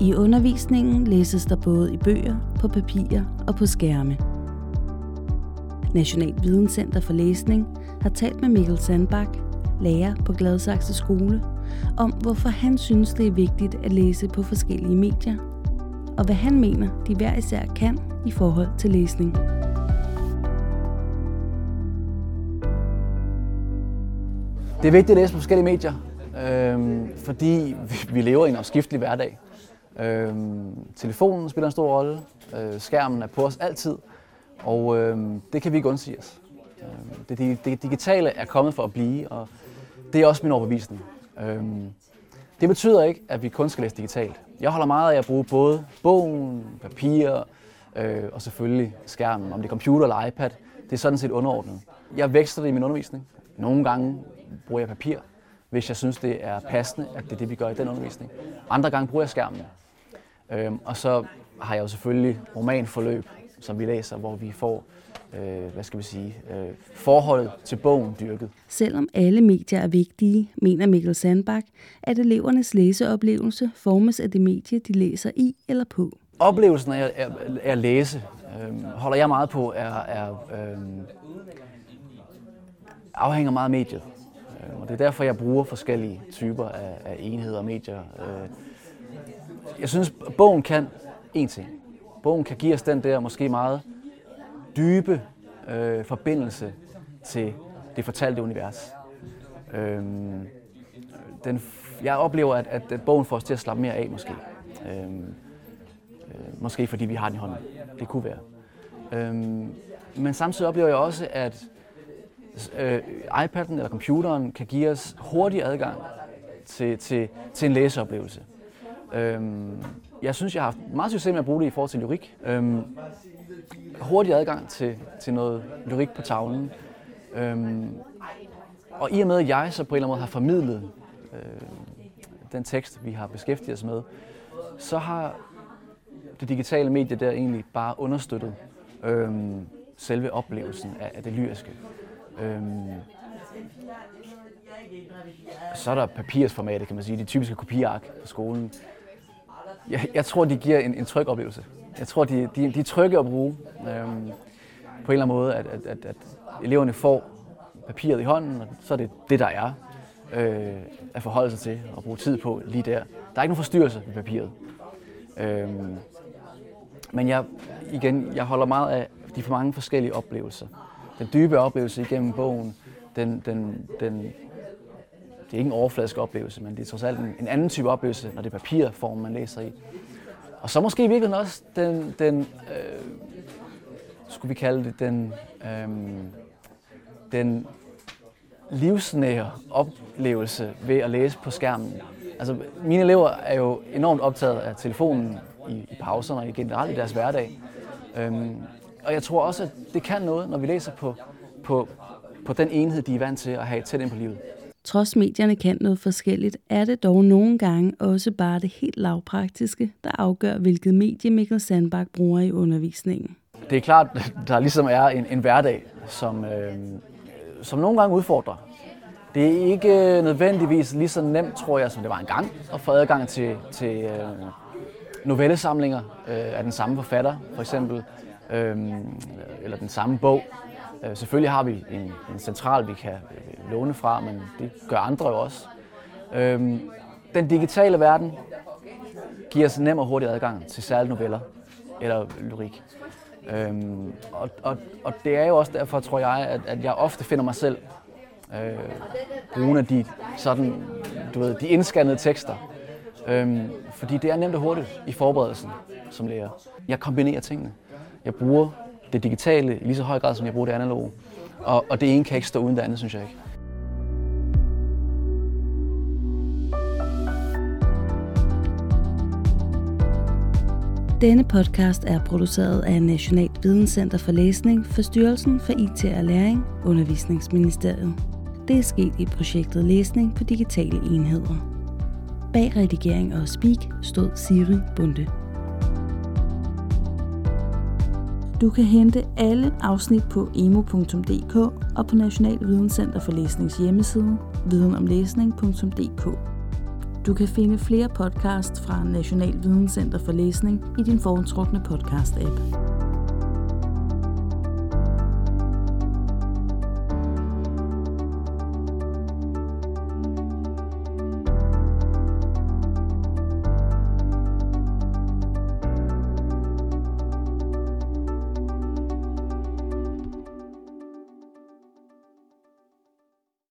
I undervisningen læses der både i bøger, på papir og på skærme. Nationalt Videnscenter for Læsning har talt med Mikkel Sandbach, lærer på Gladsaxe Skole, om hvorfor han synes, det er vigtigt at læse på forskellige medier, og hvad han mener, de hver især kan i forhold til læsning. Det er vigtigt at læse på forskellige medier, fordi vi lever i en afskiftelig hverdag. Telefonen spiller en stor rolle, skærmen er på os altid, og det kan vi ikke undsige os. Det digitale er kommet for at blive, og det er også min overbevisning. Det betyder ikke, at vi kun skal læse digitalt. Jeg holder meget af at bruge både bogen, papir og selvfølgelig skærmen, om det er computer eller iPad. Det er sådan set underordnet. Jeg veksler det i min undervisning. Nogle gange bruger jeg papir, hvis jeg synes, det er passende, at det er det, vi gør i den undervisning. Andre gange bruger jeg skærmen. Og så har jeg jo selvfølgelig romanforløb, som vi læser, hvor vi får forholdet til bogen dyrket. Selvom alle medier er vigtige, mener Mikkel Sandbach, at elevernes læseoplevelse formes af det medie, de læser i eller på. Oplevelsen af at læse holder jeg meget på, afhænger meget af mediet. Og det er derfor, jeg bruger forskellige typer af enheder og medier. Jeg synes, bogen kan én ting. Bogen kan give os den der måske meget dybe forbindelse til det fortalte univers. Jeg oplever, at bogen får os til at slappe mere af, måske. Måske fordi vi har den i hånden. Det kunne være. Men samtidig oplever jeg også, at iPad'en eller computeren kan give os hurtig adgang til en læseoplevelse. Jeg synes, jeg har haft meget succes med at bruge det i forhold til lyrik. Hurtig adgang til noget lyrik på tavlen. Og i og med, at jeg så på en eller anden måde har formidlet den tekst, vi har beskæftiget os med, så har det digitale medie der egentlig bare understøttet selve oplevelsen af det lyriske. Så er der papirsformatet, kan man sige, de typiske kopiark på skolen. Jeg tror, de giver en tryg oplevelse. Jeg tror, de er trygge at bruge på en eller anden måde, at eleverne får papiret i hånden, og så er det det, der er at forholde sig til og bruge tid på lige der. Der er ikke nogen forstyrrelse med papiret. Men jeg holder meget af de for mange forskellige oplevelser. Den dybe oplevelse igennem bogen, det er ikke en overfladisk oplevelse, men det er trods alt en anden type oplevelse, når det er papirform, man læser i. Og så måske i virkeligheden også skulle vi kalde det, den livsnære oplevelse ved at læse på skærmen. Altså, mine elever er jo enormt optaget af telefonen i pauserne og generelt i deres hverdag. Og jeg tror også, at det kan noget, når vi læser på den enhed, de er vant til at have tæt ind på livet. Trods medierne kan noget forskelligt, er det dog nogle gange også bare det helt lavpraktiske, der afgør, hvilket medie Mikkel Sandbach bruger i undervisningen. Det er klart, der ligesom er en hverdag, som nogle gange udfordrer. Det er ikke nødvendigvis lige så nemt, tror jeg, som det var engang, at få adgang til novellesamlinger af den samme forfatter, for eksempel, eller den samme bog. Selvfølgelig har vi en central, vi kan låne fra, men det gør andre jo også. Den digitale verden giver os nem og hurtig adgang til særlige noveller eller lyrik. Og det er jo også derfor, tror jeg, at jeg ofte finder mig selv brugende de indskannede tekster. Fordi det er nemt og hurtigt i forberedelsen som lærer. Jeg kombinerer tingene. Jeg bruger det digitale i lige så høj grad, som jeg bruger det analoge. Og det ene kan ikke stå uden det andet, synes jeg ikke. Denne podcast er produceret af Nationalt Videnscenter for Læsning for Styrelsen for IT og Læring, Undervisningsministeriet. Det er sket i projektet Læsning på digitale enheder. Bag redigering og speak stod Siri Bunde. Du kan hente alle afsnit på emo.dk og på Nationalt Videnscenter for Læsnings hjemmeside videnomlæsning.dk. Du kan finde flere podcasts fra National Videnscenter for Læsning i din foretrukne podcast-app.